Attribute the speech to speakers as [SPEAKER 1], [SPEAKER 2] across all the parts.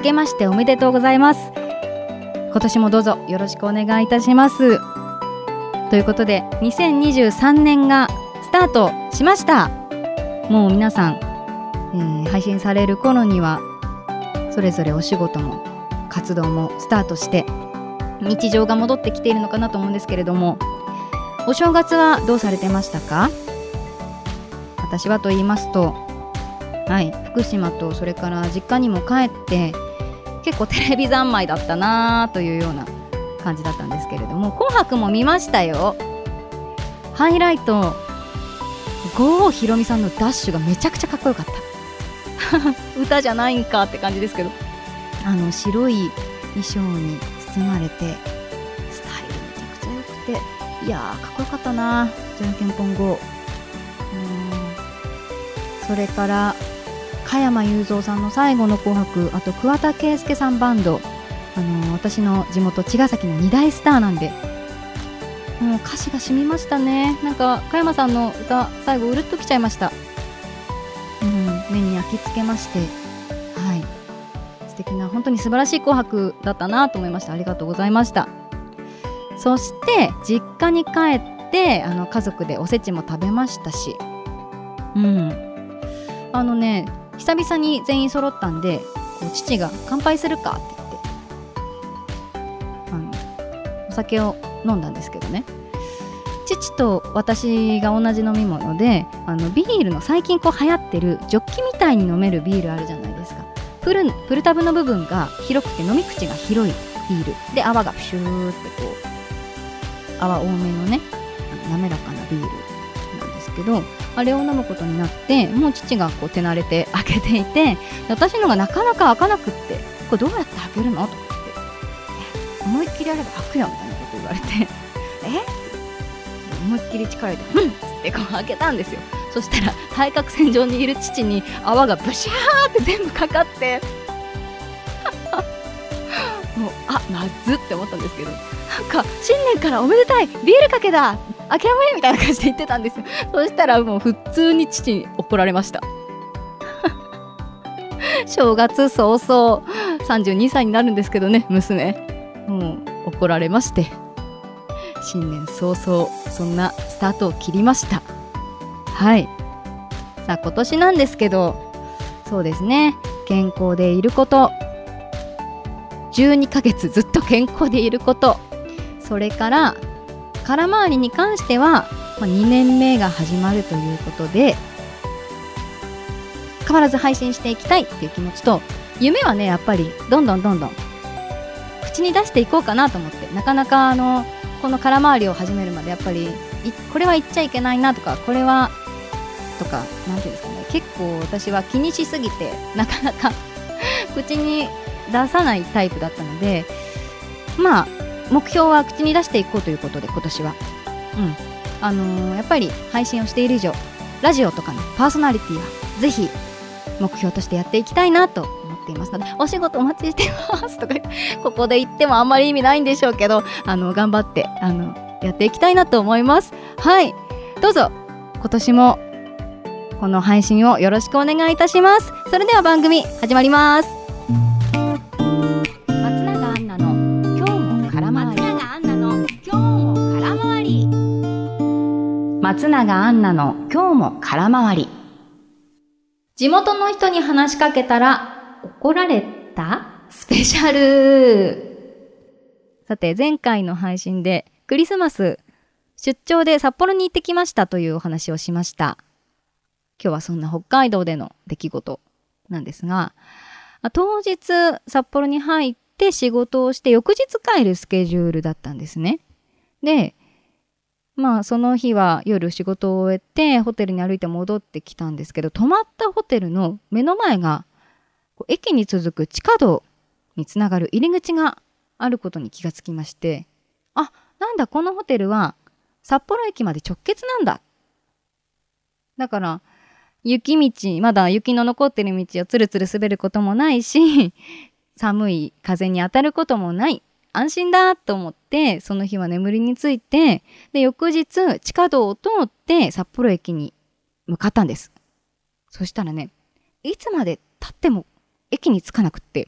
[SPEAKER 1] けましておめでとうございます。今年もどうぞよろしくお願いいたします。ということで2023年がスタートしました。もう皆さん、配信される頃にはそれぞれお仕事も活動もスタートして日常が戻ってきているのかなと思うんですけれども、お正月はどうされてましたか？私はと言いますと、福島とそれから実家にも帰って結構テレビ三昧だったなというような感じだったんですけれども、紅白も見ましたよ。ハイライト、郷ひろみさんのダッシュがめちゃくちゃかっこよかった歌じゃないんかって感じですけど、白い衣装に包まれてスタイルめちゃくちゃ良くて、いやーかっこよかったな。じゃんけんぽん GO。 それから加山雄三さんの最後の紅白、あと桑田佳祐さんバンド、私の地元茅ヶ崎の2大スターなんで、もう歌詞が染みましたね。なんか加山さんの歌最後うるっときちゃいました。目に焼き付けまして、素敵な本当に素晴らしい紅白だったなと思いました。ありがとうございました。そして実家に帰って家族でおせちも食べましたし、久々に全員揃ったんで、父が乾杯するかって言ってお酒を飲んだんですけどね、父と私が同じ飲み物でビールの最近流行ってるジョッキみたいに飲めるビールあるじゃないですか。プルタブの部分が広くて飲み口が広いビールで、泡がプシューって泡多めのね滑らかなビールなんですけど、あれを飲むことになって、もう父が手慣れて開けていて、私のがなかなか開かなくって、これどうやって開けるのと思って、思いっきりやれば開くよみたいなこと言われて思いっきり力入れてって開けたんですよ。そしたら対角線上にいる父に泡がブシャーって全部かかってもうまずって思ったんですけど、なんか新年からおめでたいビールかけだ諦めみたいな感じで言ってたんですよ。そしたらもう普通に父に怒られました正月早々32歳になるんですけどね、娘もう怒られまして、新年早々そんなスタートを切りました。さあ今年なんですけど、そうですね、健康でいること、12ヶ月ずっと健康でいること、それから空回りに関しては、2年目が始まるということで変わらず配信していきたいっていう気持ちと、夢はねやっぱりどんどん口に出していこうかなと思って、なかなかこの空回りを始めるまでやっぱりこれは言っちゃいけないなとか、これはとかなんていうんですかね、結構私は気にしすぎてなかなか口に出さないタイプだったので、目標は口に出していこうということで、今年はやっぱり配信をしている以上、ラジオとかのパーソナリティはぜひ目標としてやっていきたいなと思っていますので、お仕事お待ちしてますとかここで言ってもあんまり意味ないんでしょうけど、頑張ってやっていきたいなと思います。どうぞ今年もこの配信をよろしくお願いいたします。それでは番組始まります。松永アンナの今日も空回り。松永アンナの今日も空回り。地元の人に話しかけたら怒られたスペシャル。さて前回の配信でクリスマス出張で札幌に行ってきましたというお話をしました。今日はそんな北海道での出来事なんですが、当日札幌に入って仕事をして翌日帰るスケジュールだったんですね。でその日は夜仕事を終えてホテルに歩いて戻ってきたんですけど、泊まったホテルの目の前が駅に続く地下道につながる入り口があることに気がつきまして、なんだこのホテルは札幌駅まで直結なんだ。だから雪道、まだ雪の残ってる道をつるつる滑ることもないし、寒い風に当たることもない、安心だと思って、その日は眠りについて、で翌日地下道を通って札幌駅に向かったんです。そしたらね、いつまで経っても駅に着かなくって、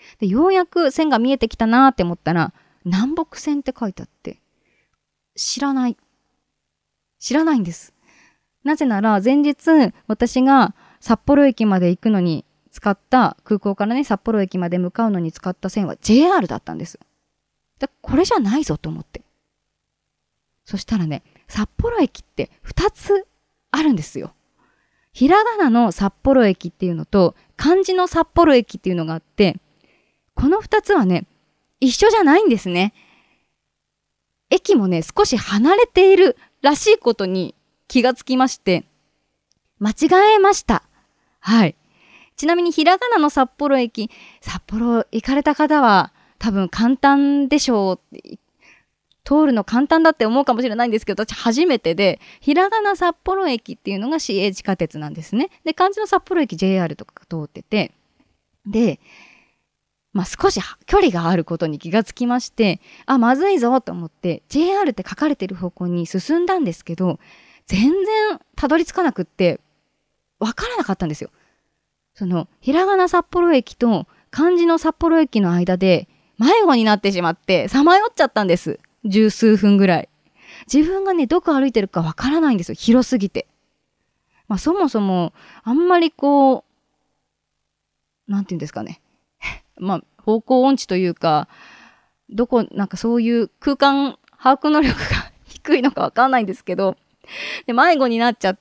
[SPEAKER 1] で、ようやく線が見えてきたなーって思ったら、南北線って書いてあって、知らないんです。なぜなら前日私が札幌駅まで行くのに使った空港からね、札幌駅まで向かうのに使った線は JR だったんです。これじゃないぞと思って。そしたらね、札幌駅って2つあるんですよ。ひらがなの札幌駅っていうのと漢字の札幌駅っていうのがあって、この2つはね、一緒じゃないんですね。駅もね、少し離れているらしいことに気がつきまして、間違えました。はい。ちなみにひらがなの札幌駅、札幌行かれた方は多分簡単でしょう。通るの簡単だって思うかもしれないんですけど、私初めてで、ひらがな札幌駅っていうのが市営地下鉄なんですね。で、漢字の札幌駅 JR とかが通ってて、で、少し距離があることに気がつきまして、まずいぞと思って JR って書かれてる方向に進んだんですけど、全然たどり着かなくってわからなかったんですよ。そのひらがな札幌駅と漢字の札幌駅の間で迷子になってしまってさまよっちゃったんです。十数分ぐらい。自分がね、どこ歩いてるかわからないんですよ。広すぎて。そもそもあんまりなんていうんですかね。方向音痴というか、なんかそういう空間把握能力が低いのかわかんないんですけど、で、迷子になっちゃって、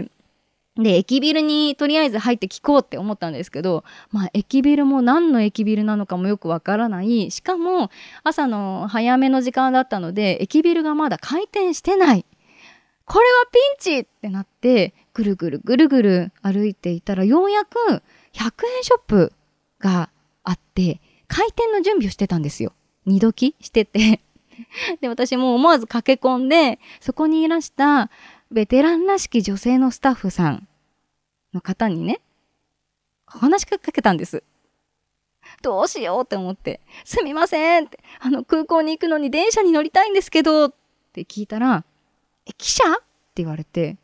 [SPEAKER 1] で、駅ビルにとりあえず入って聞こうって思ったんですけど、駅ビルも何の駅ビルなのかもよくわからない。しかも、朝の早めの時間だったので、駅ビルがまだ開店してない。これはピンチってなって、ぐるぐる歩いていたら、ようやく100円ショップがあって、開店の準備をしてたんですよ。二度きしてて。で、私も思わず駆け込んで、そこにいらしたベテランらしき女性のスタッフさんの方にね、お話しかけたんです。どうしようって思って、すみませんって、空港に行くのに電車に乗りたいんですけどって聞いたら、汽車って言われて、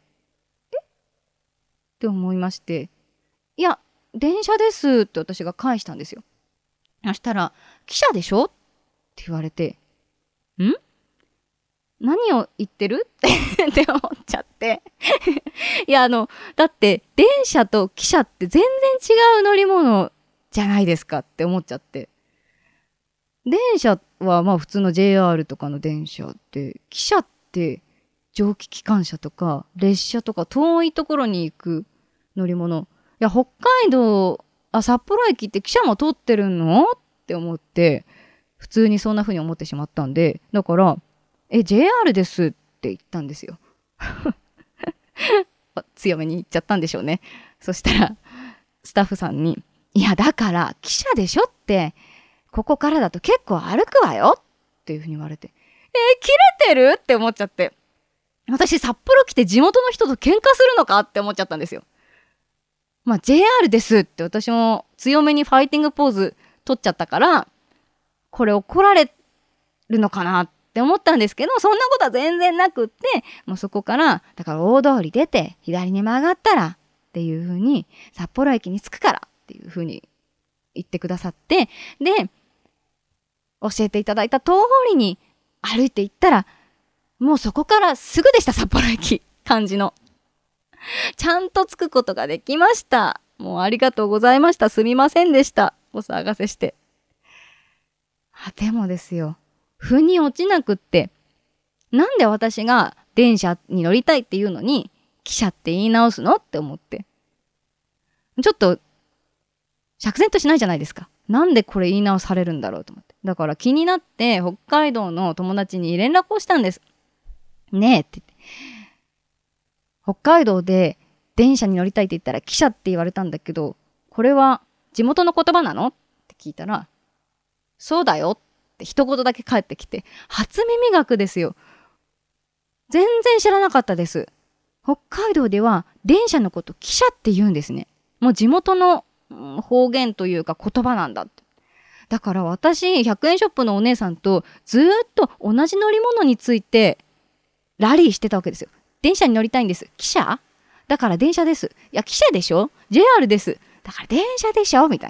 [SPEAKER 1] って思いまして、いや、電車ですって私が返したんですよ。そしたら、汽車でしょって言われて、何を言ってるって思っちゃって。いや、だって、電車と汽車って全然違う乗り物じゃないですかって思っちゃって。電車は普通の JR とかの電車で、汽車って蒸気機関車とか列車とか遠いところに行く乗り物。いや、北海道、札幌駅って汽車も通ってるのって思って、普通にそんな風に思ってしまったんで、だから、JR ですって言ったんですよ。強めに言っちゃったんでしょうね。そしたら、スタッフさんに、いや、だから、汽車でしょって、ここからだと結構歩くわよっていう風に言われて、切れてるって思っちゃって。私、札幌来て地元の人と喧嘩するのかって思っちゃったんですよ。JR ですって私も強めにファイティングポーズ取っちゃったから、これ怒られるのかなって思ったんですけど、そんなことは全然なくって、もうそこから、だから大通り出て左に曲がったらっていう風に、札幌駅に着くからっていう風に言ってくださって、で、教えていただいた通りに歩いて行ったら、もうそこからすぐでした、札幌駅。漢字の。ちゃんと着くことができました。もうありがとうございました。すみませんでした。お騒がせして。でもですよ。腑に落ちなくって、なんで私が電車に乗りたいっていうのに、汽車って言い直すのって思って。ちょっと、釈然としないじゃないですか。なんでこれ言い直されるんだろうと思って。だから気になって、北海道の友達に連絡をしたんです。ねえって言って。北海道で電車に乗りたいって言ったら汽車って言われたんだけど、これは地元の言葉なのって聞いたら、そうだよって一言だけ返ってきて、初耳学ですよ。全然知らなかったです。北海道では電車のこと汽車って言うんですね。もう地元の方言というか言葉なんだって。だから私、100円ショップのお姉さんとずーっと同じ乗り物についてラリーしてたわけですよ。電車に乗りたいんです。汽車だから電車です。いや、汽車でしょ ?JR です。だから電車でしょみたいな。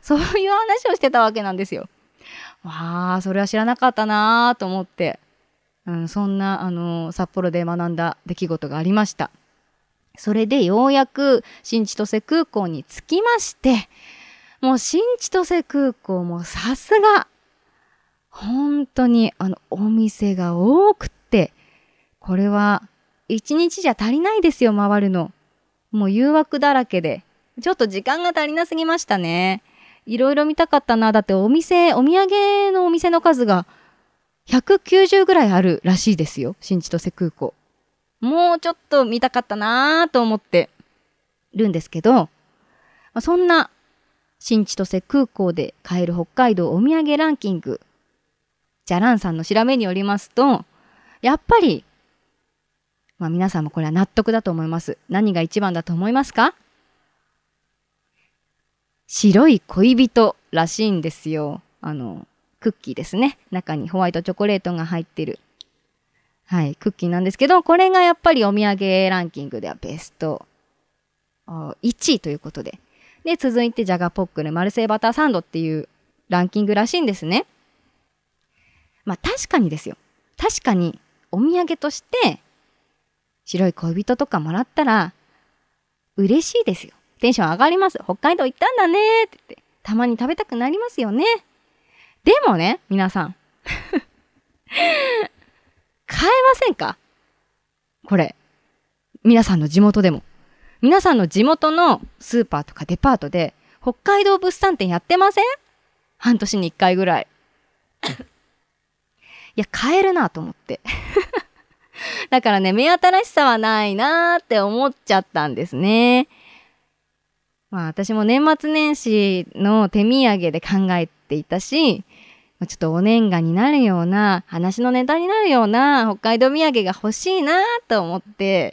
[SPEAKER 1] そういう話をしてたわけなんですよ。わあ、それは知らなかったなーと思って、そんな札幌で学んだ出来事がありました。それでようやく新千歳空港に着きまして、もう新千歳空港もさすが本当にお店が多くって、これは一日じゃ足りないですよ、回るの。もう誘惑だらけで、ちょっと時間が足りなすぎましたね。いろいろ見たかったな。だってお土産のお店の数が190ぐらいあるらしいですよ、新千歳空港。もうちょっと見たかったなと思ってるんですけど、そんな新千歳空港で買える北海道お土産ランキング、じゃらんさんの調べによりますと、やっぱり、皆さんもこれは納得だと思います。何が一番だと思いますか？白い恋人らしいんですよ。クッキーですね。中にホワイトチョコレートが入ってる。はい、クッキーなんですけど、これがやっぱりお土産ランキングではベスト1位ということで。で、続いてジャガポックルマルセイバターサンドっていうランキングらしいんですね。確かにですよ。確かにお土産として白い恋人とかもらったら嬉しいですよ。テンション上がります。北海道行ったんだねって言って、たまに食べたくなりますよね。でもね、皆さん。買えませんか？これ。皆さんの地元でも。皆さんの地元のスーパーとかデパートで北海道物産展やってません？半年に1回ぐらい。いや、買えるなと思って。だからね、目新しさはないなーって思っちゃったんですね。私も年末年始の手土産で考えていたし、ちょっとお年賀になるような、話のネタになるような北海道土産が欲しいなと思って、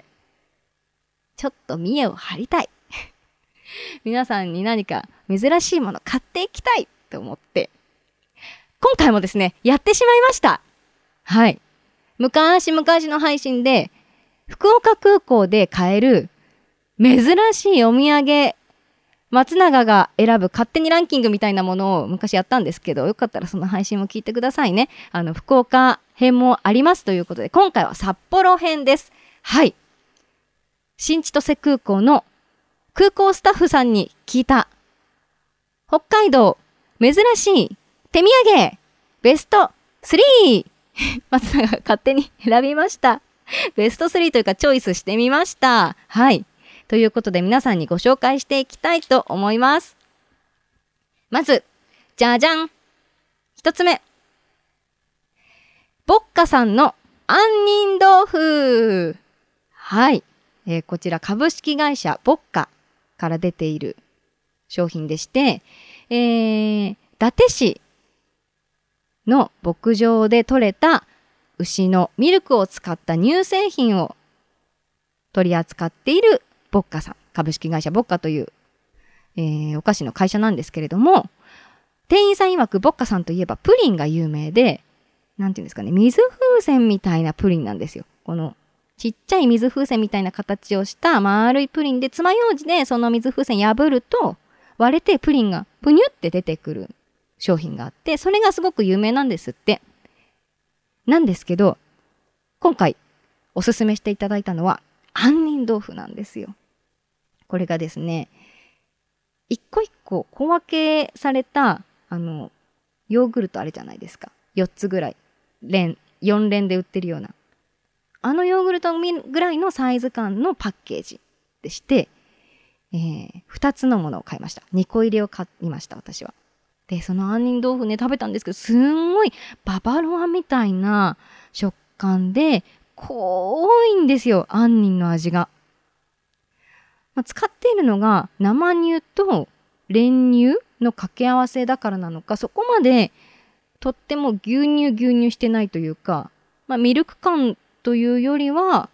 [SPEAKER 1] ちょっと見栄を張りたい。皆さんに何か珍しいもの買っていきたいと思って、今回もですね、やってしまいました。はい。昔々の配信で、福岡空港で買える珍しいお土産、松永が選ぶ勝手にランキングみたいなものを昔やったんですけど、よかったらその配信も聞いてくださいね。福岡編もありますということで、今回は札幌編です。はい。新千歳空港の空港スタッフさんに聞いた、北海道珍しい手土産ベスト 3! 松永が勝手に選びました。ベスト3というかチョイスしてみました。はい。ということで皆さんにご紹介していきたいと思います。まず、じゃじゃん。一つ目。ボッカさんの杏仁豆腐。はい。こちら株式会社ボッカから出ている商品でして、伊達市の牧場で採れた牛のミルクを使った乳製品を取り扱っているボッカさん、株式会社ボッカという、お菓子の会社なんですけれども、店員さん曰くボッカさんといえばプリンが有名で、なんていうんですかね、水風船みたいなプリンなんですよ。このちっちゃい水風船みたいな形をした丸いプリンで、爪楊枝でその水風船破ると割れてプリンがぷにゅって出てくる商品があって、それがすごく有名なんですって。なんですけど、今回おすすめしていただいたのは杏仁豆腐なんですよ。これがですね、一個一個小分けされたヨーグルトあるじゃないですか。4つぐらい4連で売ってるようなヨーグルトぐらいのサイズ感のパッケージでして、2つのものを買いました。2個入りを買いました、私は。で、その杏仁豆腐ね、食べたんですけど、すんごいババロアみたいな食感で、濃いんですよ、杏仁の味が。使っているのが生乳と練乳の掛け合わせだからなのか、そこまでとっても牛乳してないというか、ミルク感というよりは、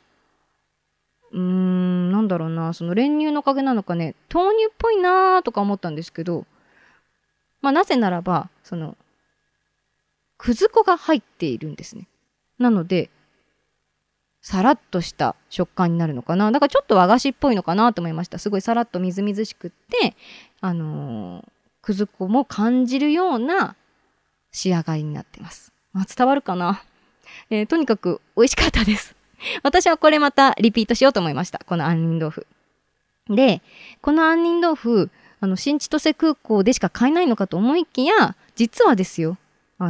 [SPEAKER 1] なんだろうな、その練乳のおかげなのかね、豆乳っぽいなーとか思ったんですけど、なぜならば、くず粉が入っているんですね。なので、さらっとした食感になるのかな。だからちょっと和菓子っぽいのかなと思いました。すごいさらっとみずみずしくって、 くず粉も感じるような仕上がりになっています。伝わるかな？とにかく美味しかったです。私はこれまたリピートしようと思いました。この杏仁豆腐。で、この杏仁豆腐、新千歳空港でしか買えないのかと思いきや、実はですよ、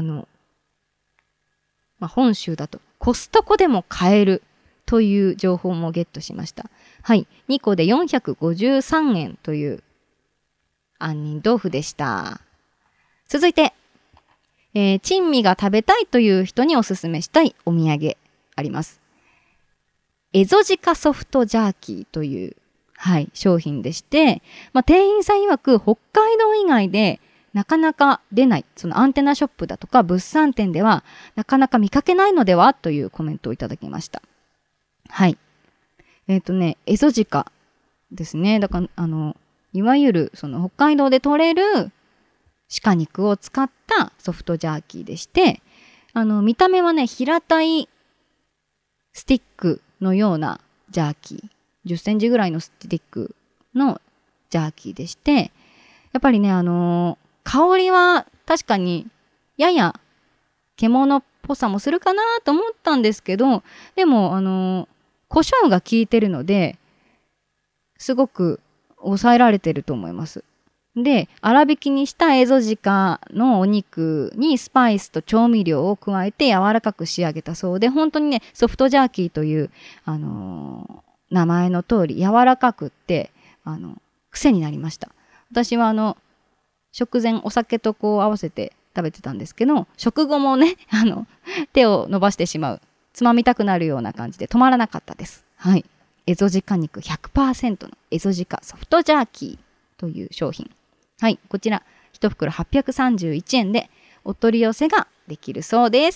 [SPEAKER 1] 本州だとコストコでも買えるという情報もゲットしました。はい。2個で453円という杏仁豆腐でした。続いて、珍味が食べたいという人におすすめしたいお土産あります。エゾジカソフトジャーキーという、商品でして、店員さん曰く北海道以外でなかなか出ない、そのアンテナショップだとか物産展ではなかなか見かけないのではというコメントをいただきました。はい。エゾジカですね。だから、いわゆるその北海道で採れる鹿肉を使ったソフトジャーキーでして、見た目はね、平たいスティックのようなジャーキー。10センチぐらいのスティックのジャーキーでして、やっぱりね、香りは確かにやや獣っぽさもするかなと思ったんですけど、でも、胡椒が効いてるので、すごく抑えられてると思います。で、粗挽きにしたエゾジカのお肉にスパイスと調味料を加えて柔らかく仕上げたそうで、本当にね、ソフトジャーキーという、名前の通り柔らかくって、癖になりました。私は食前お酒とこう合わせて食べてたんですけど、食後もね、手を伸ばしてしまう、つまみたくなるような感じで止まらなかったです。はい。エゾジカ肉 100% のエゾジカソフトジャーキーという商品。はい。こちら、1袋831円でお取り寄せができるそうです。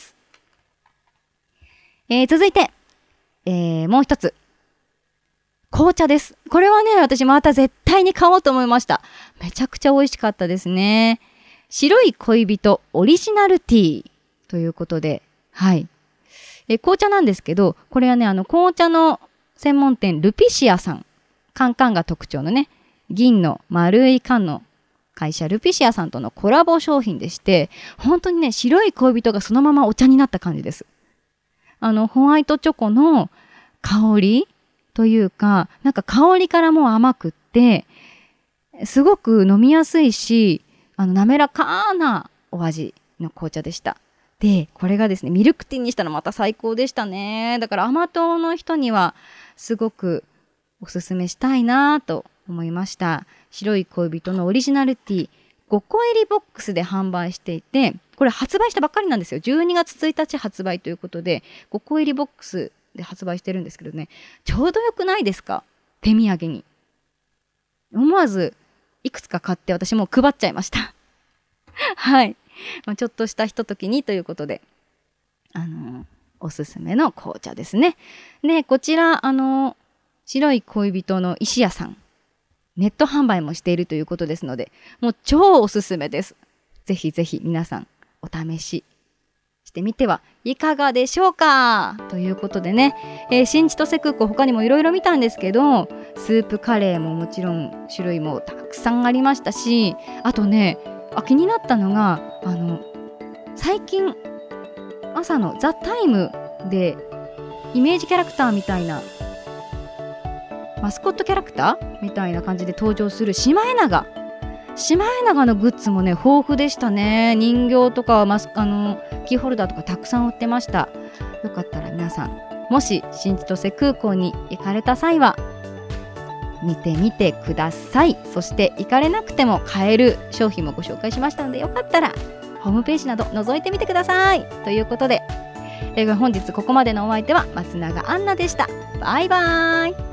[SPEAKER 1] 続いて、もう一つ。紅茶です。これはね、私また絶対に買おうと思いました。めちゃくちゃ美味しかったですね。白い恋人オリジナルティーということで、はい。紅茶なんですけど、これはね、紅茶の専門店ルピシアさん。カンカンが特徴のね、銀の丸い缶の会社ルピシアさんとのコラボ商品でして、本当にね、白い恋人がそのままお茶になった感じです。ホワイトチョコの香りというか、なんか香りからも甘くって、すごく飲みやすいし、滑らかなお味の紅茶でした。で、これがですね、ミルクティーにしたらまた最高でしたね。だから甘党の人にはすごくおすすめしたいなと思いました。白い恋人のオリジナルティー、5個入りボックスで販売していて、これ発売したばっかりなんですよ。12月1日発売ということで、5個入りボックスで発売してるんですけどね、ちょうどよくないですか？手土産に。思わずいくつか買って私も配っちゃいました。はい。ちょっとしたひとときにということで、おすすめの紅茶ですね。で、こちら、白い恋人の石屋さん、ネット販売もしているということですので、もう超おすすめです。ぜひぜひ皆さんお試ししてみてはいかがでしょうかということでね、新千歳空港他にもいろいろ見たんですけど、スープカレーももちろん種類もたくさんありましたし、あとね、気になったのが最近朝のザ・タイムでイメージキャラクターみたいなマスコットキャラクターみたいな感じで登場するシマエナガのグッズもね豊富でしたね。人形とかキーホルダーとかたくさん売ってました。よかったら皆さんもし新千歳空港に行かれた際は見てみてください。そして行かれなくても買える商品もご紹介しましたので、よかったらホームページなど覗いてみてくださいということで、本日ここまでのお相手は松永杏奈でした。バイバイ。